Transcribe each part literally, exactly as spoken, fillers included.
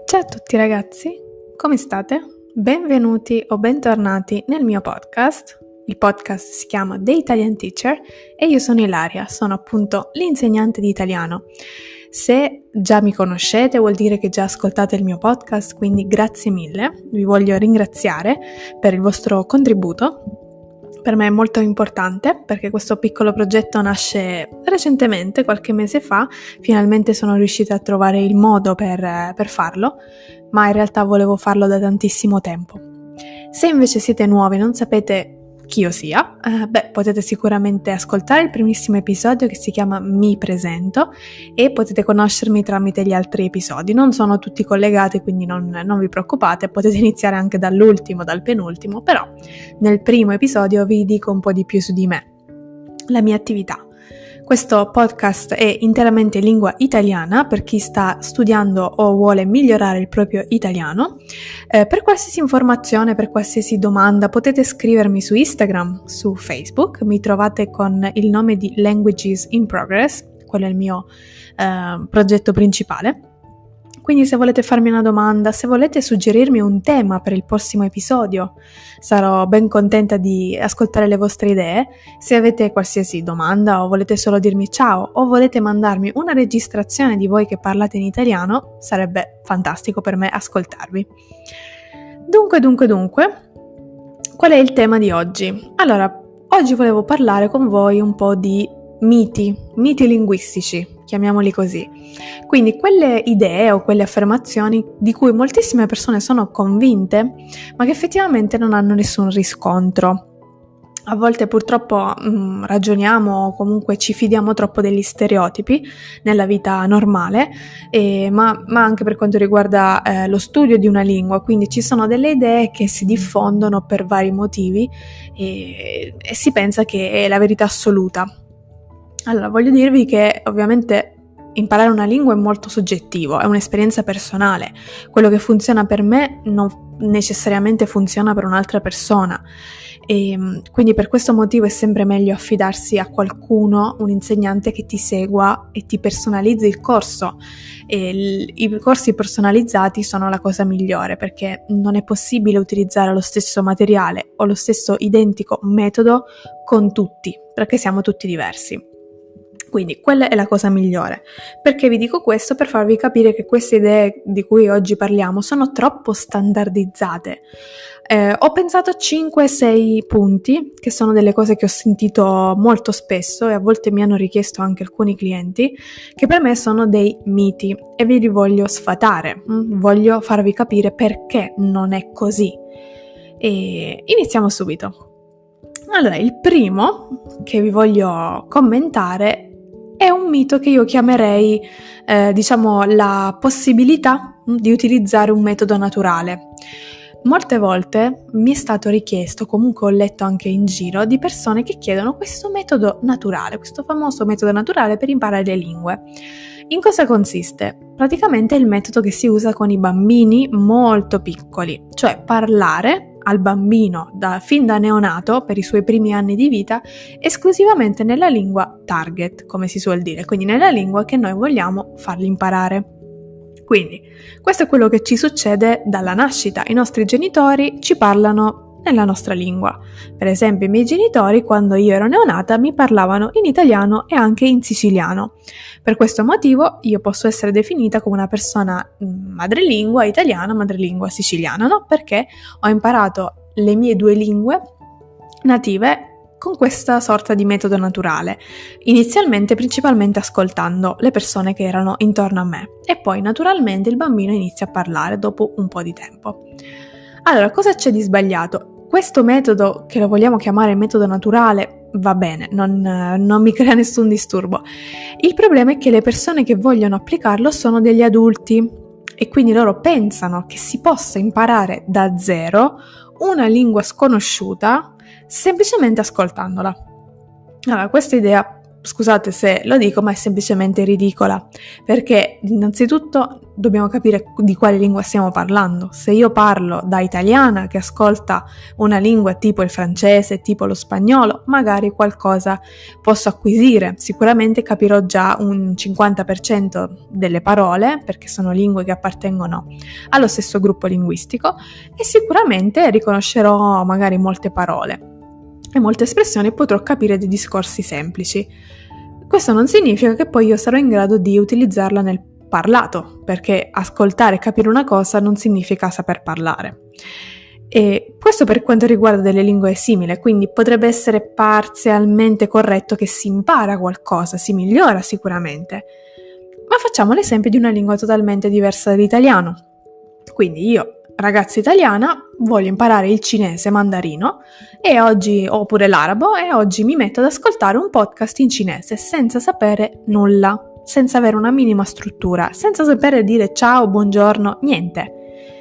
Ciao a tutti ragazzi, come state? Benvenuti o bentornati nel mio podcast. Il podcast si chiama The Italian Teacher e io sono Ilaria, sono appunto l'insegnante di italiano. Se già mi conoscete vuol dire che già ascoltate il mio podcast, quindi grazie mille, vi voglio ringraziare per il vostro contributo. Per me è molto importante perché questo piccolo progetto nasce recentemente, qualche mese fa, finalmente sono riuscita a trovare il modo per, per farlo, ma in realtà volevo farlo da tantissimo tempo. Se invece siete nuovi e non sapete chi io sia, eh, beh, potete sicuramente ascoltare il primissimo episodio che si chiama Mi presento e potete conoscermi tramite gli altri episodi. Non sono tutti collegati, quindi non, non vi preoccupate, potete iniziare anche dall'ultimo, dal penultimo, però nel primo episodio vi dico un po' di più su di me, la mia attività. Questo podcast è interamente in lingua italiana per chi sta studiando o vuole migliorare il proprio italiano. Eh, per qualsiasi informazione, per qualsiasi domanda potete scrivermi su Instagram, su Facebook, mi trovate con il nome di Languages in Progress, quello è il mio eh, progetto principale. Quindi se volete farmi una domanda, se volete suggerirmi un tema per il prossimo episodio, sarò ben contenta di ascoltare le vostre idee. Se avete qualsiasi domanda o volete solo dirmi ciao o volete mandarmi una registrazione di voi che parlate in italiano, sarebbe fantastico per me ascoltarvi. Dunque, dunque, dunque, qual è il tema di oggi? Allora, oggi volevo parlare con voi un po' di miti, miti linguistici, chiamiamoli così. Quindi quelle idee o quelle affermazioni di cui moltissime persone sono convinte, ma che effettivamente non hanno nessun riscontro. A volte purtroppo mh, ragioniamo o comunque ci fidiamo troppo degli stereotipi nella vita normale, eh, ma, ma anche per quanto riguarda eh, lo studio di una lingua, quindi ci sono delle idee che si diffondono per vari motivi e, e si pensa che è la verità assoluta. Allora, voglio dirvi che ovviamente imparare una lingua è molto soggettivo, è un'esperienza personale. Quello che funziona per me non necessariamente funziona per un'altra persona. E quindi per questo motivo è sempre meglio affidarsi a qualcuno, un insegnante che ti segua e ti personalizzi il corso. E il, i corsi personalizzati sono la cosa migliore perché non è possibile utilizzare lo stesso materiale o lo stesso identico metodo con tutti, perché siamo tutti diversi. Quindi quella è la cosa migliore. Perché vi dico questo? Per farvi capire che queste idee di cui oggi parliamo sono troppo standardizzate. Eh, ho pensato a cinque sei punti, che sono delle cose che ho sentito molto spesso e a volte mi hanno richiesto anche alcuni clienti, che per me sono dei miti e vi li voglio sfatare. Mm? Voglio farvi capire perché non è così. E iniziamo subito. Allora, il primo che vi voglio commentare è un mito che io chiamerei, eh, diciamo, la possibilità di utilizzare un metodo naturale. Molte volte mi è stato richiesto, comunque ho letto anche in giro, di persone che chiedono questo metodo naturale, questo famoso metodo naturale per imparare le lingue. In cosa consiste? Praticamente è il metodo che si usa con i bambini molto piccoli, cioè parlare al bambino da, fin da neonato per i suoi primi anni di vita esclusivamente nella lingua target, come si suol dire, quindi nella lingua che noi vogliamo fargli imparare. Quindi questo è quello che ci succede dalla nascita, i nostri genitori ci parlano nella nostra lingua. Per esempio i miei genitori quando io ero neonata mi parlavano in italiano e anche in siciliano. Per questo motivo io posso essere definita come una persona madrelingua italiana, madrelingua siciliana, no? Perché ho imparato le mie due lingue native con questa sorta di metodo naturale, inizialmente principalmente ascoltando le persone che erano intorno a me e poi naturalmente il bambino inizia a parlare dopo un po' di tempo. Allora, cosa c'è di sbagliato? Questo metodo, che lo vogliamo chiamare metodo naturale, va bene, non, non mi crea nessun disturbo. Il problema è che le persone che vogliono applicarlo sono degli adulti e quindi loro pensano che si possa imparare da zero una lingua sconosciuta semplicemente ascoltandola. Allora, questa idea scusate se lo dico, ma è semplicemente ridicola, perché innanzitutto dobbiamo capire di quale lingua stiamo parlando. Se io parlo da italiana che ascolta una lingua tipo il francese, tipo lo spagnolo, magari qualcosa posso acquisire, sicuramente capirò già un cinquanta per cento delle parole, perché sono lingue che appartengono allo stesso gruppo linguistico, e sicuramente riconoscerò magari molte parole e molte espressioni, potrò capire dei discorsi semplici. Questo non significa che poi io sarò in grado di utilizzarla nel parlato, perché ascoltare e capire una cosa non significa saper parlare. E questo per quanto riguarda delle lingue simili, quindi potrebbe essere parzialmente corretto che si impara qualcosa, si migliora sicuramente. Ma facciamo l'esempio di una lingua totalmente diversa dall'italiano. Quindi io, ragazza italiana, voglio imparare il cinese mandarino e oggi, oppure l'arabo, e oggi mi metto ad ascoltare un podcast in cinese senza sapere nulla, senza avere una minima struttura, senza sapere dire ciao, buongiorno, niente.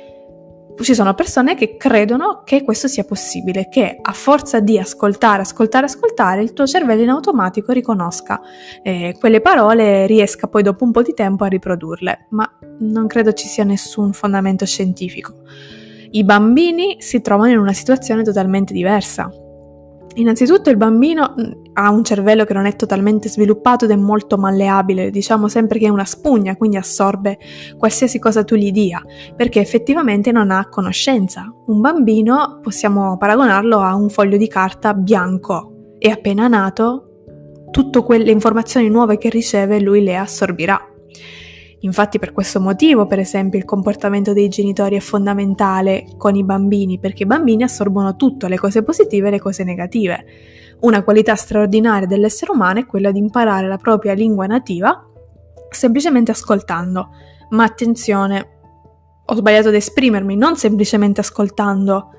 Ci sono persone che credono che questo sia possibile, che a forza di ascoltare, ascoltare, ascoltare, il tuo cervello in automatico riconosca eh, quelle parole e riesca poi dopo un po' di tempo a riprodurle, ma non credo ci sia nessun fondamento scientifico. I bambini si trovano in una situazione totalmente diversa. Innanzitutto il bambino ha un cervello che non è totalmente sviluppato ed è molto malleabile, diciamo sempre che è una spugna, quindi assorbe qualsiasi cosa tu gli dia, perché effettivamente non ha conoscenza. Un bambino possiamo paragonarlo a un foglio di carta bianco e appena nato tutte quelle informazioni nuove che riceve lui le assorbirà. Infatti per questo motivo, per esempio, il comportamento dei genitori è fondamentale con i bambini, perché i bambini assorbono tutto, le cose positive e le cose negative. Una qualità straordinaria dell'essere umano è quella di imparare la propria lingua nativa semplicemente ascoltando. Ma attenzione, ho sbagliato ad esprimermi, non semplicemente ascoltando,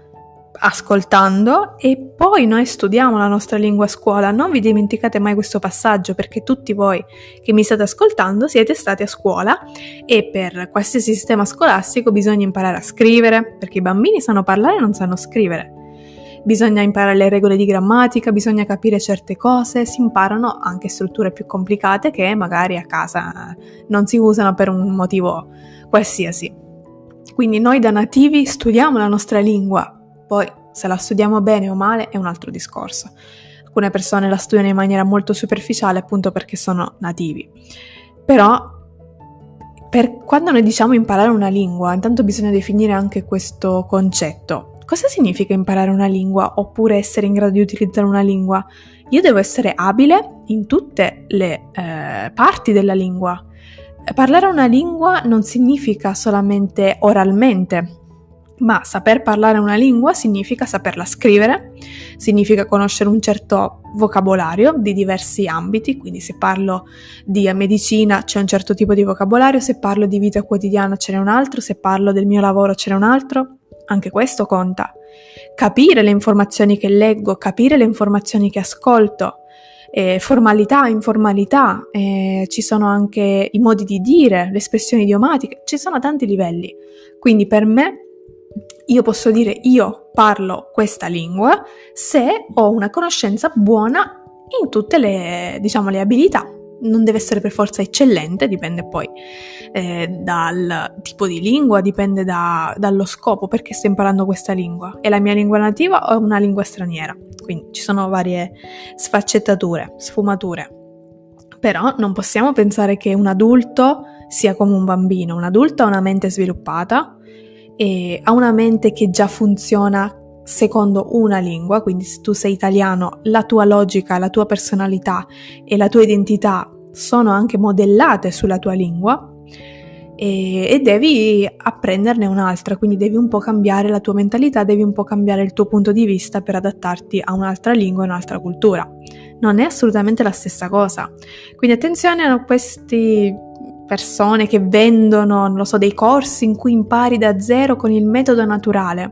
ascoltando e poi noi studiamo la nostra lingua a scuola. Non vi dimenticate mai questo passaggio, perché tutti voi che mi state ascoltando siete stati a scuola e per qualsiasi sistema scolastico bisogna imparare a scrivere, perché i bambini sanno parlare e non sanno scrivere. Bisogna imparare le regole di grammatica, bisogna capire certe cose, si imparano anche strutture più complicate che magari a casa non si usano per un motivo qualsiasi. Quindi noi da nativi studiamo la nostra lingua. Poi, se la studiamo bene o male è un altro discorso. Alcune persone la studiano in maniera molto superficiale appunto perché sono nativi. Però, per quando noi diciamo imparare una lingua, intanto bisogna definire anche questo concetto. Cosa significa imparare una lingua oppure essere in grado di utilizzare una lingua? Io devo essere abile in tutte le eh, parti della lingua. Parlare una lingua non significa solamente oralmente, ma saper parlare una lingua significa saperla scrivere, significa conoscere un certo vocabolario di diversi ambiti, quindi se parlo di medicina c'è un certo tipo di vocabolario, se parlo di vita quotidiana ce n'è un altro, se parlo del mio lavoro ce n'è un altro, anche questo conta. Capire le informazioni che leggo, capire le informazioni che ascolto, eh, formalità, informalità, eh, ci sono anche i modi di dire, le espressioni idiomatiche, ci sono tanti livelli, quindi per me io posso dire io parlo questa lingua se ho una conoscenza buona in tutte le, diciamo, le abilità. Non deve essere per forza eccellente, dipende poi eh, dal tipo di lingua, dipende da, dallo scopo, perché sto imparando questa lingua. È la mia lingua nativa o è una lingua straniera? Quindi ci sono varie sfaccettature, sfumature. Però non possiamo pensare che un adulto sia come un bambino. Un adulto ha una mente sviluppata, e ha una mente che già funziona secondo una lingua, quindi se tu sei italiano, la tua logica, la tua personalità e la tua identità sono anche modellate sulla tua lingua e, e devi apprenderne un'altra, quindi devi un po' cambiare la tua mentalità, devi un po' cambiare il tuo punto di vista per adattarti a un'altra lingua e un'altra cultura. Non è assolutamente la stessa cosa, quindi attenzione a questi persone che vendono, non lo so, dei corsi in cui impari da zero con il metodo naturale.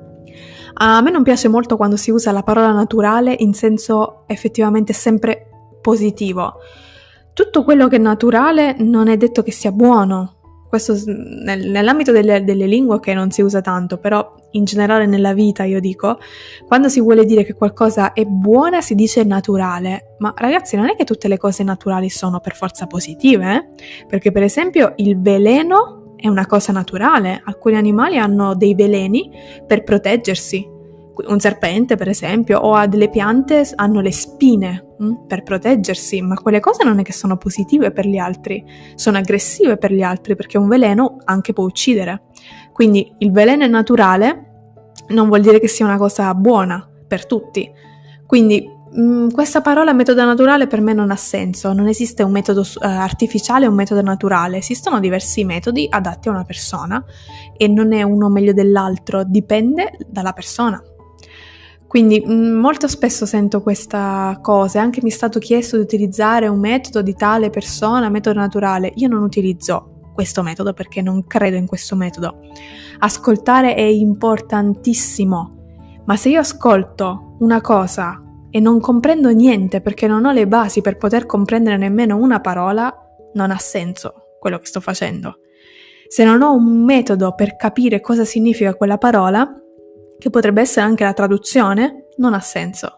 A me non piace molto quando si usa la parola naturale in senso effettivamente sempre positivo. Tutto quello che è naturale non è detto che sia buono. questo nel, nell'ambito delle, delle lingue che non si usa tanto, però in generale nella vita io dico, quando si vuole dire che qualcosa è buona si dice naturale, ma ragazzi non è che tutte le cose naturali sono per forza positive, eh? Perché per esempio il veleno è una cosa naturale, alcuni animali hanno dei veleni per proteggersi, un serpente per esempio, o ha delle piante hanno le spine hm, per proteggersi, ma quelle cose non è che sono positive per gli altri, sono aggressive per gli altri, perché un veleno anche può uccidere. Quindi il veleno è naturale, non vuol dire che sia una cosa buona per tutti. Quindi mh, questa parola metodo naturale per me non ha senso, non esiste un metodo uh, artificiale e un metodo naturale, esistono diversi metodi adatti a una persona e non è uno meglio dell'altro, dipende dalla persona. Quindi mh, molto spesso sento questa cosa, anche mi è stato chiesto di utilizzare un metodo di tale persona, metodo naturale. Io non utilizzo questo metodo perché non credo in questo metodo. Ascoltare è importantissimo, ma se io ascolto una cosa e non comprendo niente perché non ho le basi per poter comprendere nemmeno una parola, non ha senso quello che sto facendo. Se non ho un metodo per capire cosa significa quella parola, che potrebbe essere anche la traduzione, non ha senso.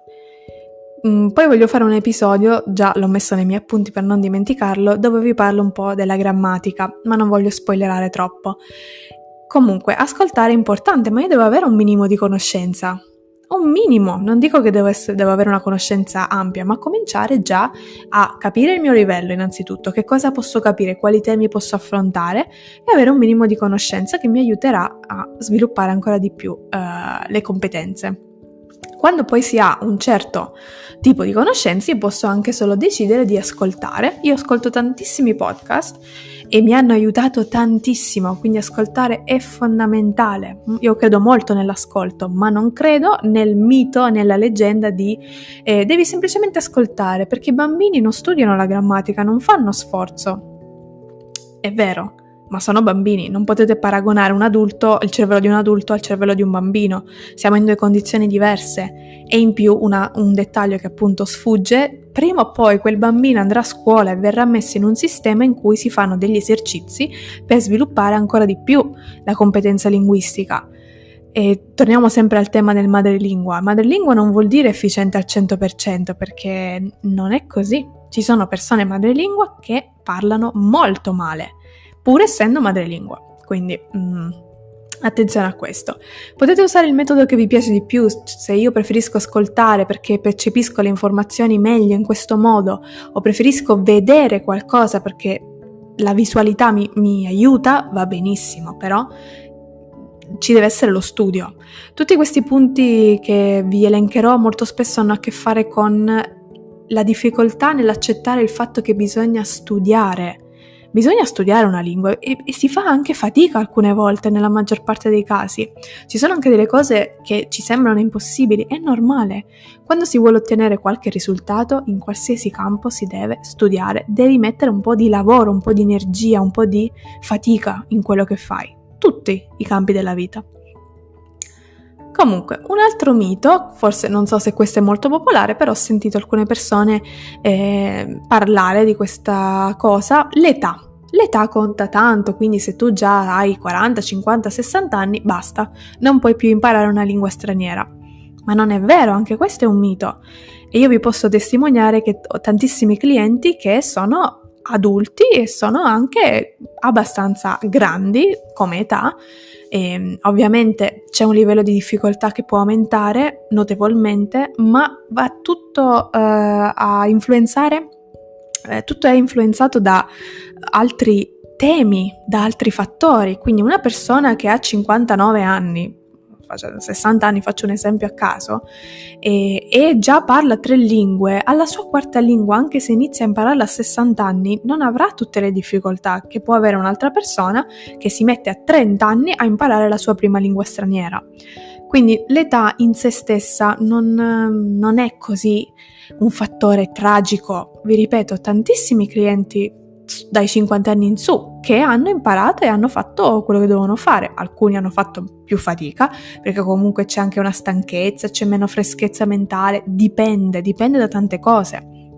Mm, poi voglio fare un episodio, già l'ho messo nei miei appunti per non dimenticarlo, dove vi parlo un po' della grammatica, ma non voglio spoilerare troppo. Comunque, ascoltare è importante, ma io devo avere un minimo di conoscenza. Un minimo, non dico che devo, essere, devo avere una conoscenza ampia, ma cominciare già a capire il mio livello innanzitutto, che cosa posso capire, quali temi posso affrontare e avere un minimo di conoscenza che mi aiuterà a sviluppare ancora di più uh, le competenze. Quando poi si ha un certo tipo di conoscenze, io posso anche solo decidere di ascoltare. Io ascolto tantissimi podcast e mi hanno aiutato tantissimo, quindi ascoltare è fondamentale. Io credo molto nell'ascolto, ma non credo nel mito, nella leggenda di eh, devi semplicemente ascoltare, perché i bambini non studiano la grammatica, non fanno sforzo. È vero, ma sono bambini, non potete paragonare un adulto, il cervello di un adulto al cervello di un bambino, siamo in due condizioni diverse e in più una, un dettaglio che appunto sfugge, prima o poi quel bambino andrà a scuola e verrà messo in un sistema in cui si fanno degli esercizi per sviluppare ancora di più la competenza linguistica. E torniamo sempre al tema del madrelingua. Madrelingua non vuol dire efficiente al cento per cento perché non è così. Ci sono persone madrelingua che parlano molto male, pur essendo madrelingua, quindi mm, attenzione a questo. Potete usare il metodo che vi piace di più, se io preferisco ascoltare perché percepisco le informazioni meglio in questo modo, o preferisco vedere qualcosa perché la visualità mi, mi aiuta, va benissimo, però ci deve essere lo studio. Tutti questi punti che vi elencherò molto spesso hanno a che fare con la difficoltà nell'accettare il fatto che bisogna studiare. Bisogna studiare una lingua e, e si fa anche fatica alcune volte, nella maggior parte dei casi. Ci sono anche delle cose che ci sembrano impossibili, è normale. Quando si vuole ottenere qualche risultato, in qualsiasi campo si deve studiare, devi mettere un po' di lavoro, un po' di energia, un po' di fatica in quello che fai. Tutti i campi della vita. Comunque, un altro mito, forse non so se questo è molto popolare, però ho sentito alcune persone eh, parlare di questa cosa, l'età. L'età conta tanto, quindi se tu già hai quaranta, cinquanta, sessanta anni, basta, non puoi più imparare una lingua straniera. Ma non è vero, anche questo è un mito. E io vi posso testimoniare che ho tantissimi clienti che sono adulti e sono anche abbastanza grandi come età. E, ovviamente c'è un livello di difficoltà che può aumentare notevolmente, ma va tutto uh, a influenzare, eh, tutto è influenzato da altri temi, da altri fattori. Quindi una persona che ha cinquantanove anni, sessanta anni, faccio un esempio a caso, e, e già parla tre lingue, alla sua quarta lingua, anche se inizia a impararla a sessanta anni, non avrà tutte le difficoltà che può avere un'altra persona che si mette a trenta anni a imparare la sua prima lingua straniera. Quindi l'età in se stessa non, non è così un fattore tragico. Vi ripeto, tantissimi clienti dai cinquanta anni in su che hanno imparato e hanno fatto quello che dovevano fare. Alcuni hanno fatto più fatica perché comunque c'è anche una stanchezza, c'è meno freschezza mentale, dipende, dipende da tante cose.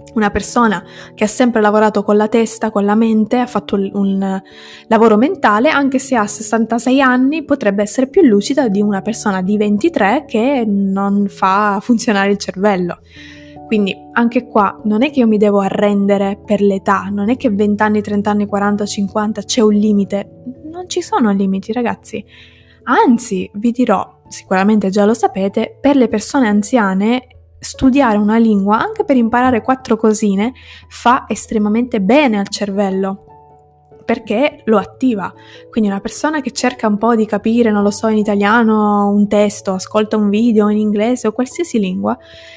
Una persona che ha sempre lavorato con la testa, con la mente, ha fatto un lavoro mentale, anche se ha sessantasei anni, potrebbe essere più lucida di una persona di ventitré che non fa funzionare il cervello. Quindi anche qua non è che io mi devo arrendere per l'età, non è che venti anni, trenta anni, quaranta, cinquanta c'è un limite. Non ci sono limiti, ragazzi. Anzi, vi dirò, sicuramente già lo sapete, per le persone anziane studiare una lingua, anche per imparare quattro cosine, fa estremamente bene al cervello, perché lo attiva. Quindi una persona che cerca un po' di capire, non lo so, in italiano un testo, ascolta un video in inglese o qualsiasi lingua,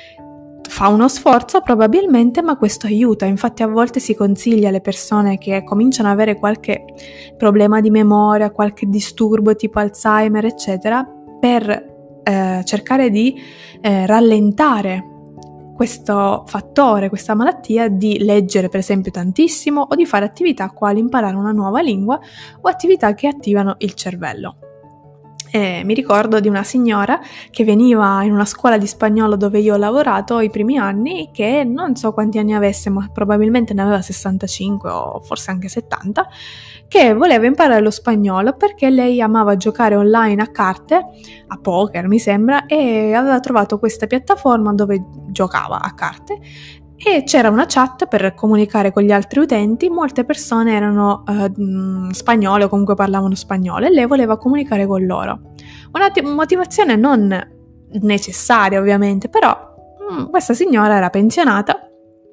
fa uno sforzo probabilmente, ma questo aiuta. Infatti a volte si consiglia alle persone che cominciano ad avere qualche problema di memoria, qualche disturbo tipo Alzheimer, eccetera, per eh, cercare di eh, rallentare questo fattore, questa malattia, di leggere per esempio tantissimo o di fare attività quali imparare una nuova lingua o attività che attivano il cervello. E mi ricordo di una signora che veniva in una scuola di spagnolo dove io ho lavorato i primi anni, che non so quanti anni avesse, ma probabilmente ne aveva sessantacinque o forse anche settanta, che voleva imparare lo spagnolo perché lei amava giocare online a carte, a poker mi sembra, e aveva trovato questa piattaforma dove giocava a carte e c'era una chat per comunicare con gli altri utenti. Molte persone erano eh, spagnole o comunque parlavano spagnolo e lei voleva comunicare con loro. Una t- motivazione non necessaria ovviamente, però mh, questa signora era pensionata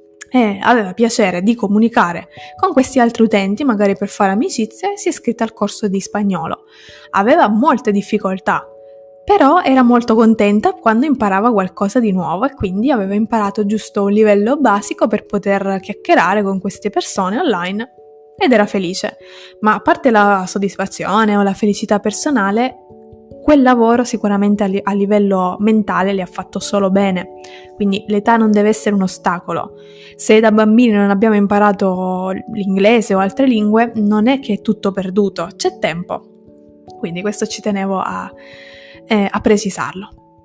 e aveva piacere di comunicare con questi altri utenti, magari per fare amicizia, e si è iscritta al corso di spagnolo. Aveva molte difficoltà, però era molto contenta quando imparava qualcosa di nuovo e quindi aveva imparato giusto un livello basico per poter chiacchierare con queste persone online ed era felice. Ma a parte la soddisfazione o la felicità personale, quel lavoro sicuramente a, li- a livello mentale le ha fatto solo bene. Quindi l'età non deve essere un ostacolo. Se da bambini non abbiamo imparato l'inglese o altre lingue, non è che è tutto perduto, c'è tempo. Quindi questo ci tenevo a Eh, a precisarlo.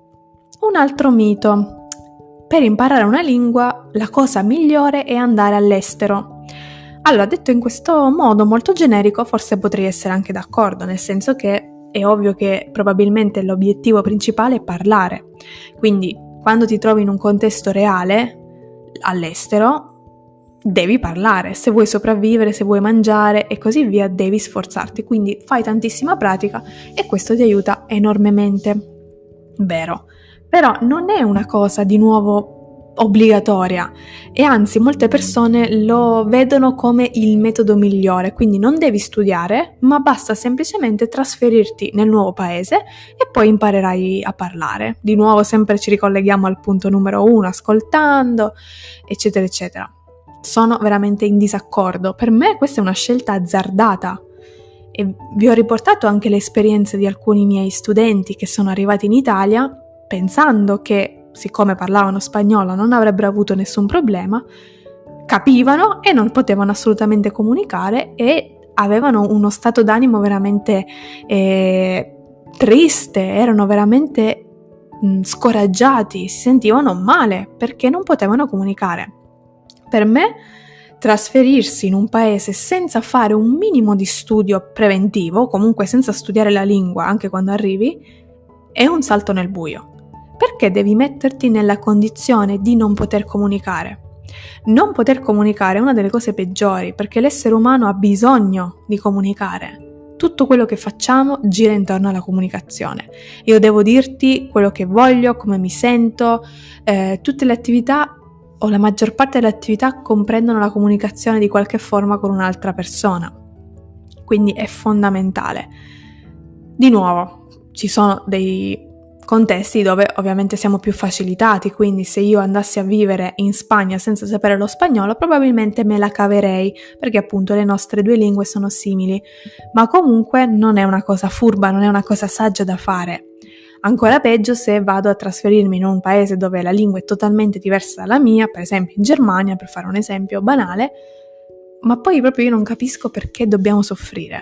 Un altro mito: per imparare una lingua la cosa migliore è andare all'estero. Allora, detto in questo modo molto generico, forse potrei essere anche d'accordo, nel senso che è ovvio che probabilmente l'obiettivo principale è parlare. Quindi quando ti trovi in un contesto reale all'estero devi parlare, se vuoi sopravvivere, se vuoi mangiare e così via, devi sforzarti, quindi fai tantissima pratica e questo ti aiuta enormemente. Vero, però non è una cosa di nuovo obbligatoria e anzi molte persone lo vedono come il metodo migliore, quindi non devi studiare, ma basta semplicemente trasferirti nel nuovo paese e poi imparerai a parlare. Di nuovo sempre ci ricolleghiamo al punto numero uno, ascoltando, eccetera eccetera. Sono veramente in disaccordo. Per me questa è una scelta azzardata e vi ho riportato anche le esperienze di alcuni miei studenti che sono arrivati in Italia pensando che, siccome parlavano spagnolo, non avrebbero avuto nessun problema, capivano e non potevano assolutamente comunicare e avevano uno stato d'animo veramente eh, triste, erano veramente mh, scoraggiati, si sentivano male perché non potevano comunicare. Per me, trasferirsi in un paese senza fare un minimo di studio preventivo, comunque senza studiare la lingua anche quando arrivi, è un salto nel buio. Perché devi metterti nella condizione di non poter comunicare? Non poter comunicare è una delle cose peggiori, perché l'essere umano ha bisogno di comunicare. Tutto quello che facciamo gira intorno alla comunicazione. Io devo dirti quello che voglio, come mi sento, eh, tutte le attività o la maggior parte delle attività comprendono la comunicazione di qualche forma con un'altra persona. Quindi è fondamentale. Di nuovo, ci sono dei contesti dove ovviamente siamo più facilitati, quindi se io andassi a vivere in Spagna senza sapere lo spagnolo probabilmente me la caverei, perché appunto le nostre due lingue sono simili, ma comunque non è una cosa furba, non è una cosa saggia da fare. Ancora peggio se vado a trasferirmi in un paese dove la lingua è totalmente diversa dalla mia, per esempio in Germania, per fare un esempio banale, ma poi proprio io non capisco perché dobbiamo soffrire.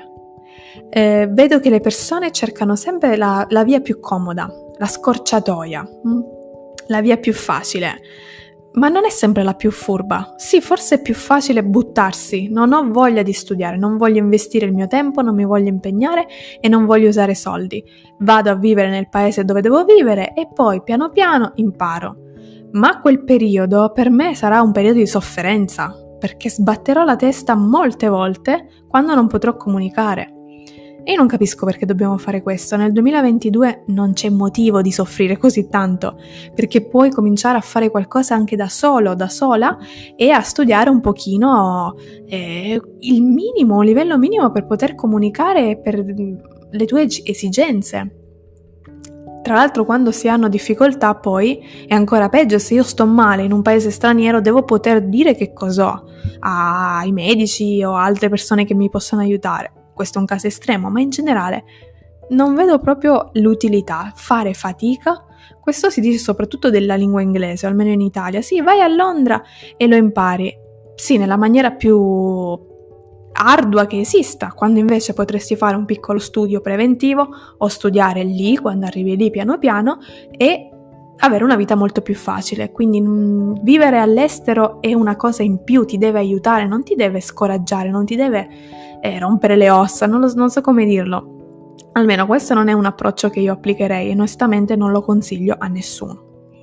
Eh, vedo che le persone cercano sempre la, la via più comoda, la scorciatoia, mh? la via più facile. ma non è sempre la più furba. Sì, forse è più facile buttarsi. Non ho voglia di studiare, non voglio investire il mio tempo, non mi voglio impegnare e non voglio usare soldi. Vado a vivere nel paese dove devo vivere e poi piano piano imparo. Ma quel periodo per me sarà un periodo di sofferenza, perché sbatterò la testa molte volte quando non potrò comunicare. E io non capisco perché dobbiamo fare questo. Nel duemilaventidue non c'è motivo di soffrire così tanto, perché puoi cominciare a fare qualcosa anche da solo, da sola, e a studiare un pochino eh, il minimo, un livello minimo per poter comunicare per le tue esigenze. Tra l'altro, quando si hanno difficoltà poi è ancora peggio. Se io sto male in un paese straniero devo poter dire che cos'ho ai medici o altre persone che mi possano aiutare. Questo è un caso estremo, ma in generale non vedo proprio l'utilità, fare fatica. Questo si dice soprattutto della lingua inglese, almeno in Italia. Sì, vai a Londra e lo impari. Sì, nella maniera più ardua che esista, quando invece potresti fare un piccolo studio preventivo o studiare lì, quando arrivi lì piano piano, e avere una vita molto più facile. Quindi mh, vivere all'estero è una cosa in più, ti deve aiutare, non ti deve scoraggiare, non ti deve eh, rompere le ossa, non, lo, non so come dirlo. Almeno questo non è un approccio che io applicherei e onestamente non lo consiglio a nessuno.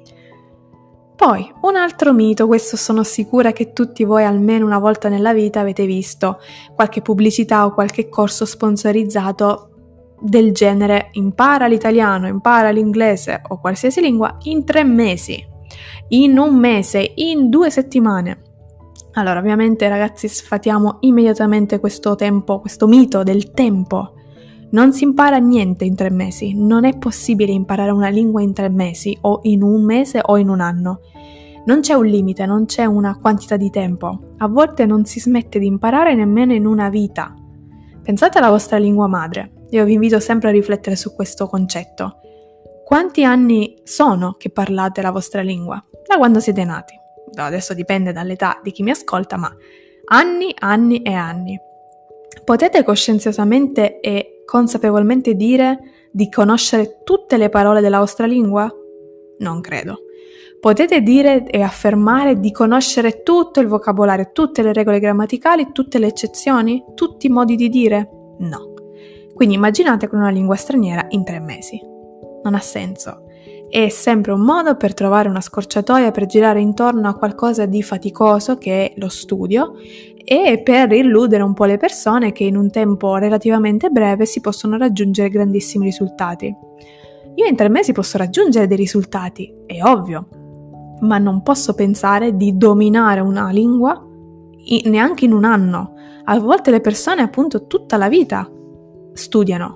Poi, un altro mito, questo sono sicura che tutti voi almeno una volta nella vita avete visto qualche pubblicità o qualche corso sponsorizzato del genere: impara l'italiano, impara l'inglese o qualsiasi lingua in tre mesi, in un mese, in due settimane. Allora, ovviamente ragazzi, sfatiamo immediatamente questo tempo, questo mito del tempo. Non si impara niente in tre mesi, non è possibile imparare una lingua in tre mesi o in un mese o in un anno. Non c'è un limite, non c'è una quantità di tempo. A volte non si smette di imparare nemmeno in una vita. Pensate alla vostra lingua madre. Io vi invito sempre a riflettere su questo concetto. Quanti anni sono che parlate la vostra lingua? Da quando siete nati. Adesso dipende dall'età di chi mi ascolta, ma anni, anni e anni. Potete coscienziosamente e consapevolmente dire di conoscere tutte le parole della vostra lingua? Non credo. Potete dire e affermare di conoscere tutto il vocabolario, tutte le regole grammaticali, tutte le eccezioni, tutti i modi di dire? No. Quindi immaginate con una lingua straniera in tre mesi. Non ha senso. È sempre un modo per trovare una scorciatoia, per girare intorno a qualcosa di faticoso che è lo studio e per illudere un po' le persone che in un tempo relativamente breve si possono raggiungere grandissimi risultati. Io in tre mesi posso raggiungere dei risultati, è ovvio, ma non posso pensare di dominare una lingua neanche in un anno. A volte le persone appunto tutta la vita studiano.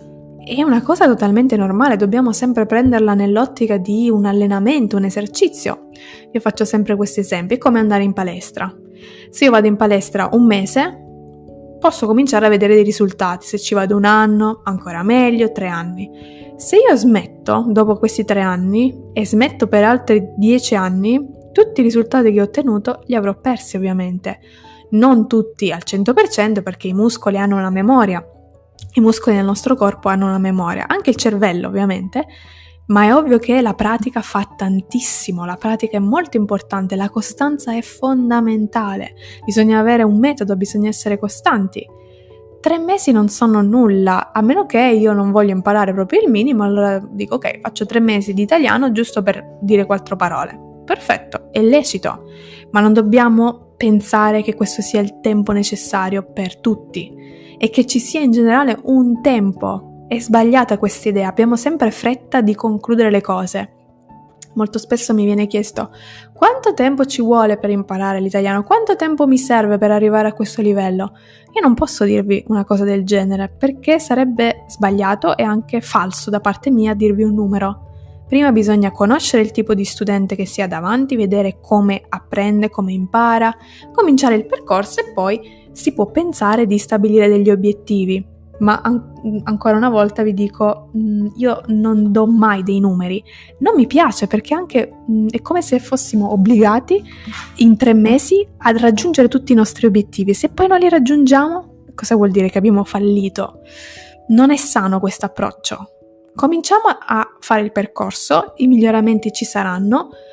È una cosa totalmente normale, dobbiamo sempre prenderla nell'ottica di un allenamento, un esercizio. Io faccio sempre questi esempi, è come andare in palestra. Se io vado in palestra un mese, posso cominciare a vedere dei risultati. Se ci vado un anno, ancora meglio, tre anni. Se io smetto dopo questi tre anni e smetto per altri dieci anni, tutti i risultati che ho ottenuto li avrò persi ovviamente. Non tutti al cento per cento, perché i muscoli hanno una memoria. I muscoli del nostro corpo hanno una memoria, anche il cervello ovviamente, ma è ovvio che la pratica fa tantissimo, la pratica è molto importante, la costanza è fondamentale, bisogna avere un metodo, bisogna essere costanti. Tre mesi non sono nulla, a meno che io non voglio imparare proprio il minimo, allora dico ok, faccio tre mesi di italiano giusto per dire quattro parole. Perfetto, è lecito, ma non dobbiamo pensare che questo sia il tempo necessario per tutti e che ci sia in generale un tempo. È sbagliata questa idea, abbiamo sempre fretta di concludere le cose. Molto spesso mi viene chiesto: quanto tempo ci vuole per imparare l'italiano? Quanto tempo mi serve per arrivare a questo livello? Io non posso dirvi una cosa del genere, perché sarebbe sbagliato e anche falso da parte mia dirvi un numero. Prima bisogna conoscere il tipo di studente che si ha davanti, vedere come apprende, come impara, cominciare il percorso e poi si può pensare di stabilire degli obiettivi. Ma an- ancora una volta vi dico, mh, io non do mai dei numeri, non mi piace, perché anche mh, è come se fossimo obbligati in tre mesi a raggiungere tutti i nostri obiettivi. Se poi non li raggiungiamo, cosa vuol dire? Che abbiamo fallito. Non è sano questo approccio. Cominciamo a fare il percorso, i miglioramenti ci saranno,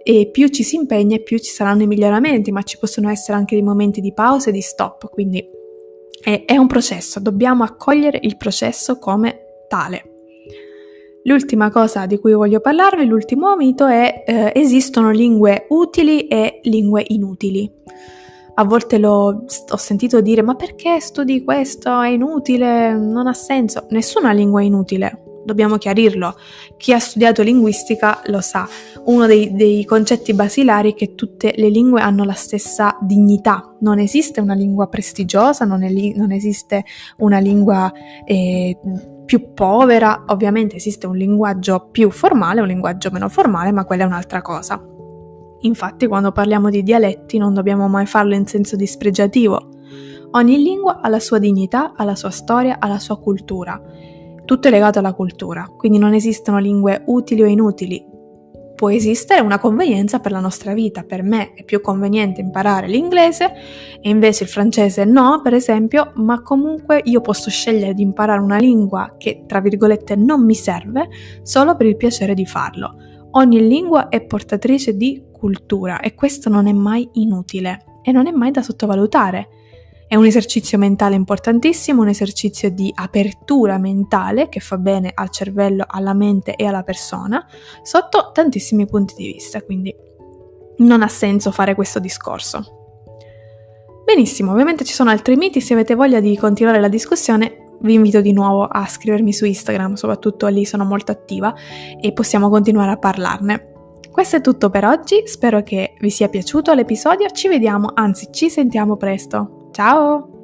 e più ci si impegna e più ci saranno i miglioramenti, ma ci possono essere anche dei momenti di pausa e di stop, quindi è, è un processo, dobbiamo accogliere il processo come tale. L'ultima cosa di cui voglio parlarvi, l'ultimo mito è eh, esistono lingue utili e lingue inutili. A volte lo, ho sentito dire ma perché studi questo? È inutile, non ha senso. Nessuna lingua è inutile, dobbiamo chiarirlo. Chi ha studiato linguistica lo sa. Uno dei, dei concetti basilari è che tutte le lingue hanno la stessa dignità. Non esiste una lingua prestigiosa, non, è li, non esiste una lingua eh, più povera. Ovviamente esiste un linguaggio più formale, un linguaggio meno formale, ma quella è un'altra cosa. Infatti, quando parliamo di dialetti non dobbiamo mai farlo in senso dispregiativo. Ogni lingua ha la sua dignità, ha la sua storia, ha la sua cultura. Tutto è legato alla cultura, quindi non esistono lingue utili o inutili. Può esistere una convenienza per la nostra vita. Per me è più conveniente imparare l'inglese e invece il francese no, per esempio, ma comunque io posso scegliere di imparare una lingua che, tra virgolette, non mi serve solo per il piacere di farlo. Ogni lingua è portatrice di cultura e questo non è mai inutile e non è mai da sottovalutare. È un esercizio mentale importantissimo, un esercizio di apertura mentale che fa bene al cervello, alla mente e alla persona sotto tantissimi punti di vista, quindi non ha senso fare questo discorso. Benissimo, ovviamente ci sono altri miti, se avete voglia di continuare la discussione vi invito di nuovo a scrivermi su Instagram, soprattutto lì sono molto attiva e possiamo continuare a parlarne. Questo è tutto per oggi, spero che vi sia piaciuto l'episodio, ci vediamo, anzi ci sentiamo presto. Ciao!